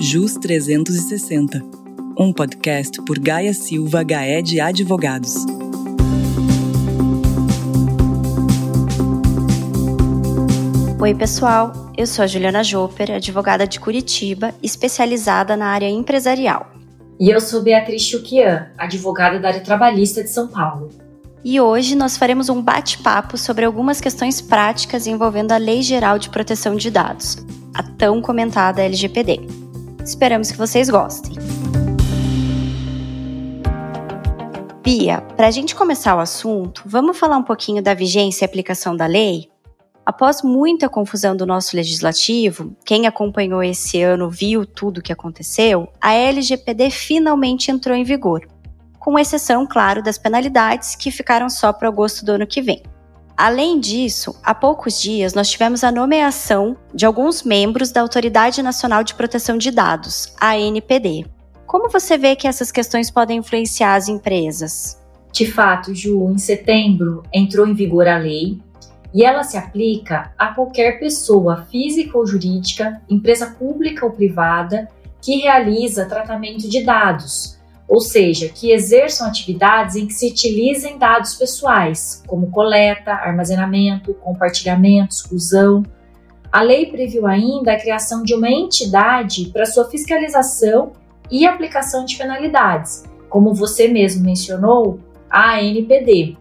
JUS 360, um podcast por Gaia Silva Gaed Advogados. Oi pessoal, eu sou a Juliana Joper, advogada de Curitiba, especializada na área empresarial. E eu sou Beatriz Chuquian, advogada da área trabalhista de São Paulo. E hoje nós faremos um bate-papo sobre algumas questões práticas envolvendo a Lei Geral de Proteção de Dados, a tão comentada LGPD. Esperamos que vocês gostem. Bia, para a gente começar o assunto, vamos falar um pouquinho da vigência e aplicação da lei? Após muita confusão do nosso legislativo, quem acompanhou esse ano viu tudo o que aconteceu, a LGPD finalmente entrou em vigor, com exceção, claro, das penalidades que ficaram só para agosto do ano que vem. Além disso, há poucos dias nós tivemos a nomeação de alguns membros da Autoridade Nacional de Proteção de Dados, a ANPD. Como você vê que essas questões podem influenciar as empresas? De fato, Ju, em setembro entrou em vigor a lei e ela se aplica a qualquer pessoa física ou jurídica, empresa pública ou privada, que realiza tratamento de dados, ou seja, que exerçam atividades em que se utilizem dados pessoais, como coleta, armazenamento, compartilhamento, exclusão. A lei previu ainda a criação de uma entidade para sua fiscalização e aplicação de penalidades, como você mesmo mencionou, a ANPD.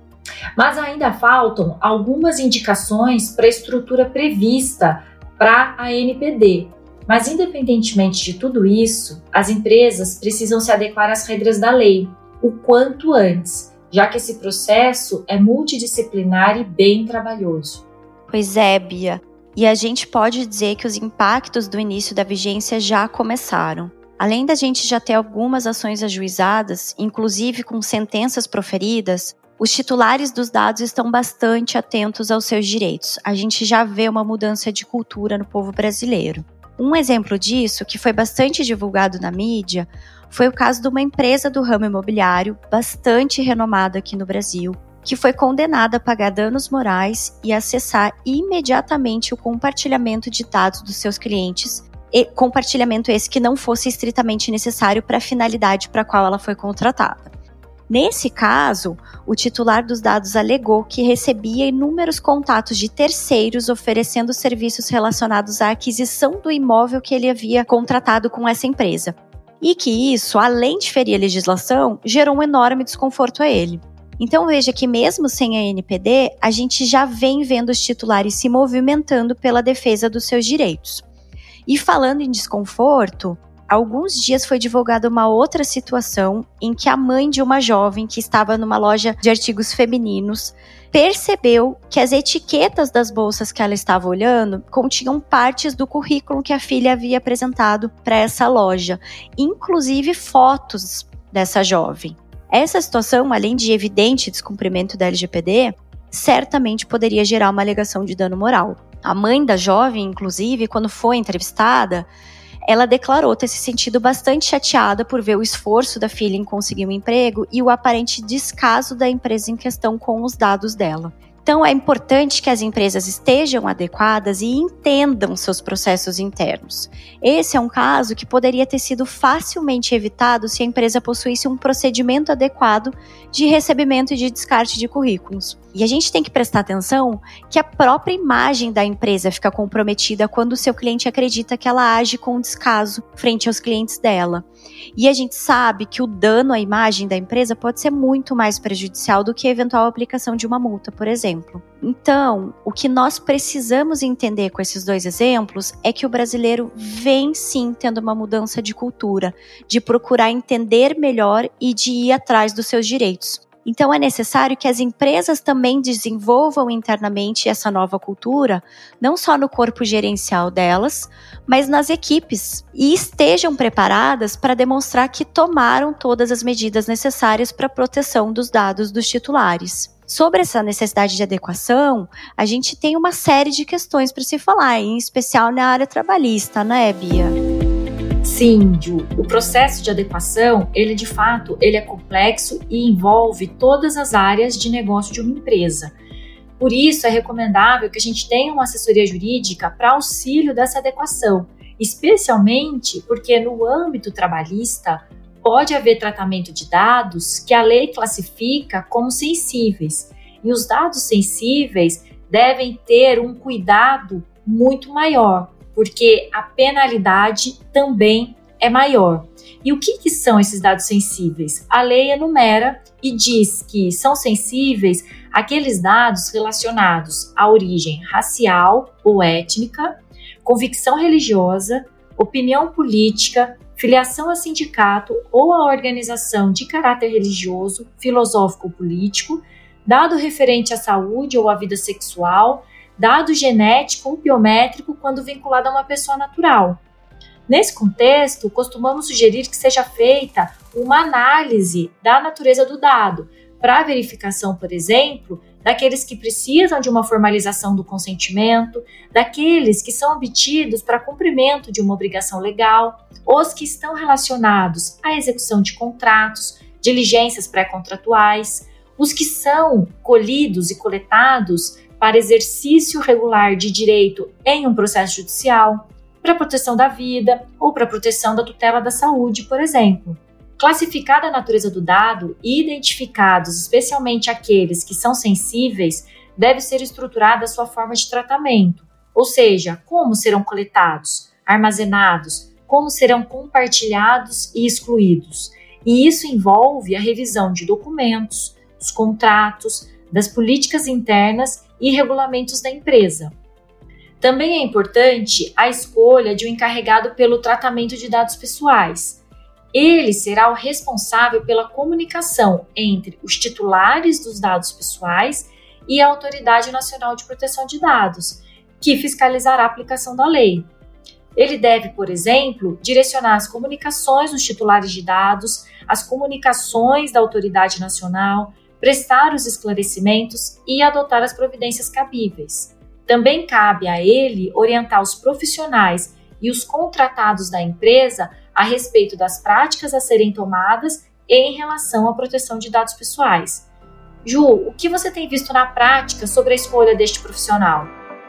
Mas ainda faltam algumas indicações para a estrutura prevista para a ANPD. Mas, independentemente de tudo isso, as empresas precisam se adequar às regras da lei o quanto antes, já que esse processo é multidisciplinar e bem trabalhoso. Pois é, Bia. E a gente pode dizer que os impactos do início da vigência já começaram. Além da gente já ter algumas ações ajuizadas, inclusive com sentenças proferidas, os titulares dos dados estão bastante atentos aos seus direitos. A gente já vê uma mudança de cultura no povo brasileiro. Um exemplo disso, que foi bastante divulgado na mídia, foi o caso de uma empresa do ramo imobiliário bastante renomada aqui no Brasil, que foi condenada a pagar danos morais e acessar imediatamente o compartilhamento de dados dos seus clientes, e compartilhamento esse que não fosse estritamente necessário para a finalidade para a qual ela foi contratada. Nesse caso, o titular dos dados alegou que recebia inúmeros contatos de terceiros oferecendo serviços relacionados à aquisição do imóvel que ele havia contratado com essa empresa. E que isso, além de ferir a legislação, gerou um enorme desconforto a ele. Então veja que mesmo sem a ANPD, a gente já vem vendo os titulares se movimentando pela defesa dos seus direitos. E falando em desconforto, há alguns dias foi divulgada uma outra situação em que a mãe de uma jovem que estava numa loja de artigos femininos percebeu que as etiquetas das bolsas que ela estava olhando continham partes do currículo que a filha havia apresentado para essa loja, inclusive fotos dessa jovem. Essa situação, além de evidente descumprimento da LGPD, certamente poderia gerar uma alegação de dano moral. A mãe da jovem, inclusive, quando foi entrevistada, ela declarou ter se sentido bastante chateada por ver o esforço da filha em conseguir um emprego e o aparente descaso da empresa em questão com os dados dela. Então, é importante que as empresas estejam adequadas e entendam seus processos internos. Esse é um caso que poderia ter sido facilmente evitado se a empresa possuísse um procedimento adequado de recebimento e de descarte de currículos. E a gente tem que prestar atenção que a própria imagem da empresa fica comprometida quando o seu cliente acredita que ela age com descaso frente aos clientes dela. E a gente sabe que o dano à imagem da empresa pode ser muito mais prejudicial do que a eventual aplicação de uma multa, por exemplo. Então, o que nós precisamos entender com esses dois exemplos é que o brasileiro vem sim tendo uma mudança de cultura, de procurar entender melhor e de ir atrás dos seus direitos. Então, é necessário que as empresas também desenvolvam internamente essa nova cultura, não só no corpo gerencial delas, mas nas equipes, e estejam preparadas para demonstrar que tomaram todas as medidas necessárias para a proteção dos dados dos titulares. Sobre essa necessidade de adequação, a gente tem uma série de questões para se falar, em especial na área trabalhista, né, Bia? Sim, Ju, o processo de adequação, ele é complexo e envolve todas as áreas de negócio de uma empresa. Por isso, é recomendável que a gente tenha uma assessoria jurídica para auxílio dessa adequação especialmente porque no âmbito trabalhista pode haver tratamento de dados que a lei classifica como sensíveis, e os dados sensíveis devem ter um cuidado muito maior, porque a penalidade também é maior. E o que são esses dados sensíveis? A lei enumera e diz que são sensíveis aqueles dados relacionados à origem racial ou étnica, convicção religiosa, opinião política, filiação a sindicato ou a organização de caráter religioso, filosófico ou político, dado referente à saúde ou à vida sexual, dado genético ou biométrico quando vinculado a uma pessoa natural. Nesse contexto, costumamos sugerir que seja feita uma análise da natureza do dado, para a verificação, por exemplo, daqueles que precisam de uma formalização do consentimento, daqueles que são obtidos para cumprimento de uma obrigação legal, os que estão relacionados à execução de contratos, diligências pré-contratuais, os que são colhidos e coletados para exercício regular de direito em um processo judicial, para proteção da vida ou para proteção da tutela da saúde, por exemplo. Classificada a natureza do dado e identificados especialmente aqueles que são sensíveis, deve ser estruturada a sua forma de tratamento, ou seja, como serão coletados, armazenados, como serão compartilhados e excluídos. E isso envolve a revisão de documentos, dos contratos, das políticas internas e regulamentos da empresa. Também é importante a escolha de um encarregado pelo tratamento de dados pessoais. Ele será o responsável pela comunicação entre os titulares dos dados pessoais e a Autoridade Nacional de Proteção de Dados, que fiscalizará a aplicação da lei. Ele deve, por exemplo, direcionar as comunicações dos titulares de dados, as comunicações da Autoridade Nacional, prestar os esclarecimentos e adotar as providências cabíveis. Também cabe a ele orientar os profissionais e os contratados da empresa a respeito das práticas a serem tomadas em relação à proteção de dados pessoais. Ju, o que você tem visto na prática sobre a escolha deste profissional?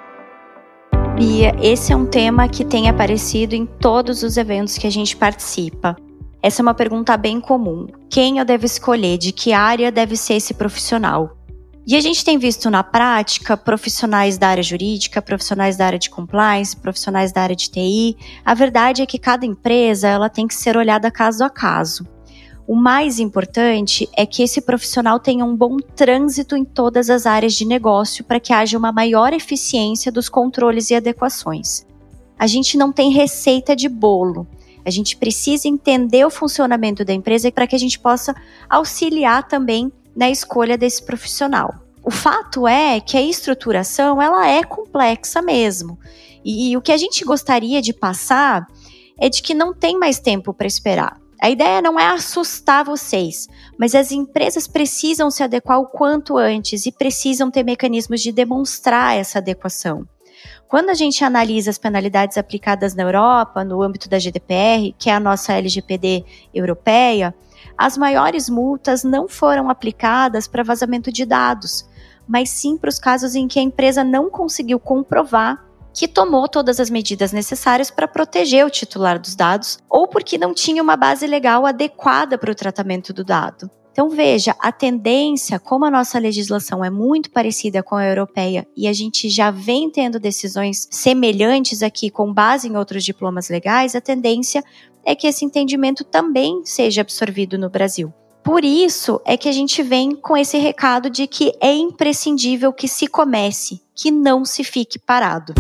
Bia, esse é um tema que tem aparecido em todos os eventos que a gente participa. Essa é uma pergunta bem comum. Quem eu devo escolher? De que área deve ser esse profissional? E a gente tem visto na prática profissionais da área jurídica, profissionais da área de compliance, profissionais da área de TI. A verdade é que cada empresa ela tem que ser olhada caso a caso. O mais importante é que esse profissional tenha um bom trânsito em todas as áreas de negócio para que haja uma maior eficiência dos controles e adequações. A gente não tem receita de bolo. A gente precisa entender o funcionamento da empresa para que a gente possa auxiliar também na escolha desse profissional. O fato é que a estruturação ela é complexa mesmo. E o que a gente gostaria de passar é de que não tem mais tempo para esperar. A ideia não é assustar vocês, mas as empresas precisam se adequar o quanto antes e precisam ter mecanismos de demonstrar essa adequação. Quando a gente analisa as penalidades aplicadas na Europa, no âmbito da GDPR, que é a nossa LGPD europeia, as maiores multas não foram aplicadas para vazamento de dados, mas sim para os casos em que a empresa não conseguiu comprovar que tomou todas as medidas necessárias para proteger o titular dos dados ou porque não tinha uma base legal adequada para o tratamento do dado. Então veja, a tendência, como a nossa legislação é muito parecida com a europeia e a gente já vem tendo decisões semelhantes aqui com base em outros diplomas legais, a tendência é que esse entendimento também seja absorvido no Brasil. Por isso é que a gente vem com esse recado de que é imprescindível que se comece, que não se fique parado.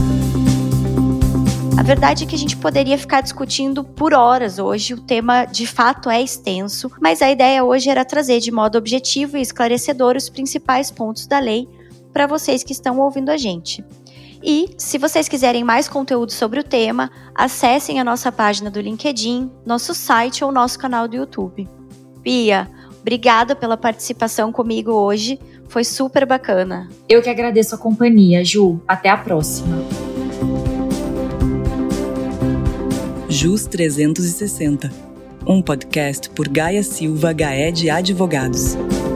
A verdade é que a gente poderia ficar discutindo por horas hoje, o tema de fato é extenso, mas a ideia hoje era trazer de modo objetivo e esclarecedor os principais pontos da lei para vocês que estão ouvindo a gente. E, se vocês quiserem mais conteúdo sobre o tema, acessem a nossa página do LinkedIn, nosso site ou nosso canal do YouTube. Bia, obrigada pela participação comigo hoje, foi super bacana. Eu que agradeço a companhia, Ju. Até a próxima. JUS 360, um podcast por Gaia Silva, GAE de Advogados.